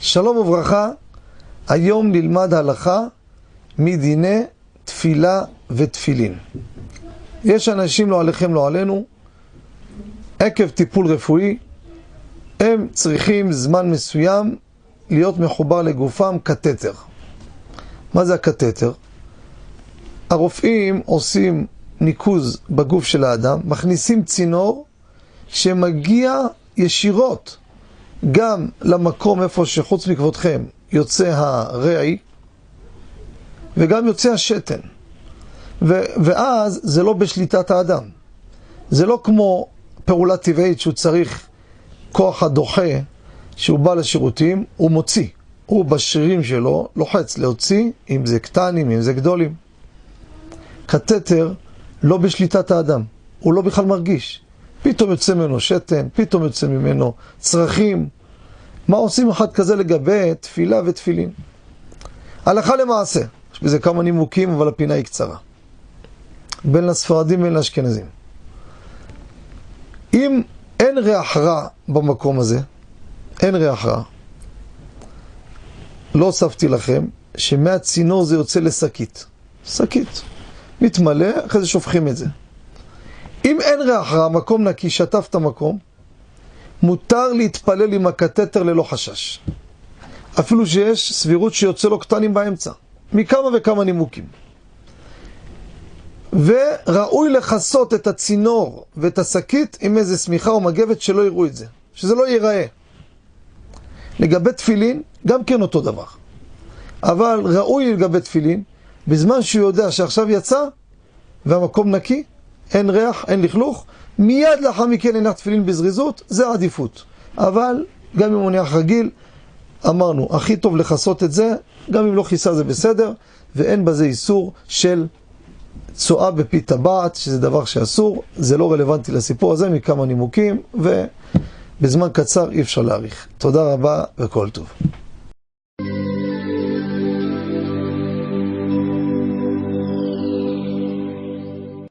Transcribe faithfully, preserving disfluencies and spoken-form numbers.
שלום וברכה, היום נלמד הלכה מדיני תפילה ותפילין. יש אנשים, לא עליכם לא עלינו, עקב טיפול רפואי, הם צריכים זמן מסוים להיות מחובר לגופם קטטר. מה זה הקטטר? הרופאים עושים ניקוז בגוף של האדם, מכניסים צינור שמגיע ישירות גם למקום איפה שחוץ מכבודכם יוצא הרעי וגם יוצא השתן. ו- ואז זה לא בשליטת האדם. זה לא כמו פעולה טבעית שהוא צריך כוח הדוחה שהוא בא לשירותים, הוא מוציא. הוא בשרירים שלו לוחץ להוציא, אם זה קטנים, אם זה גדולים. קטטר לא בשליטת האדם. הוא לא בכלל מרגיש. פתאום יוצא ממנו שתן, פתאום יוצא ממנו צרכים. מה עושים אחד כזה לגבי תפילה ותפילין? הלכה למעשה. יש בזה כמה נימוקים, אבל הפינה היא קצרה. בין לספרדים ובין לאשכנזים. אם אין ריח רע במקום הזה, אין ריח רע, לא הוספתי לכם שמהצינור זה יוצא לשקית. שקית. מתמלא, אחרי זה שופכים את זה. אם אין ריח רע, מקום נקי, שטף את המקום, מותר להתפלל עם הקטטר ללא חשש. אפילו שיש סבירות שיוצא לו קטנים באמצע. מכמה וכמה נימוקים. וראוי לחסות את הצינור ואת השקית עם איזה סמיכה או מגבת שלא יראו את זה. שזה לא ייראה. לגבי תפילין, גם כן אותו דבר. אבל ראוי לגבי תפילין, בזמן שהוא יודע שעכשיו יצא, והמקום נקי, אין ריח, אין לכלוך, מיד לאחר מכן נניח תפילין בזריזות, זה עדיפות. אבל גם אם הוא נניח רגיל, אמרנו, הכי טוב לחסות את זה, גם אם לא כיסה זה בסדר, ואין בזה איסור של צואה בפי טבעת, שזה דבר שאסור, זה לא רלוונטי לסיפור הזה מכמה נימוקים, ובזמן קצר אי אפשר להאריך. תודה רבה וכל טוב.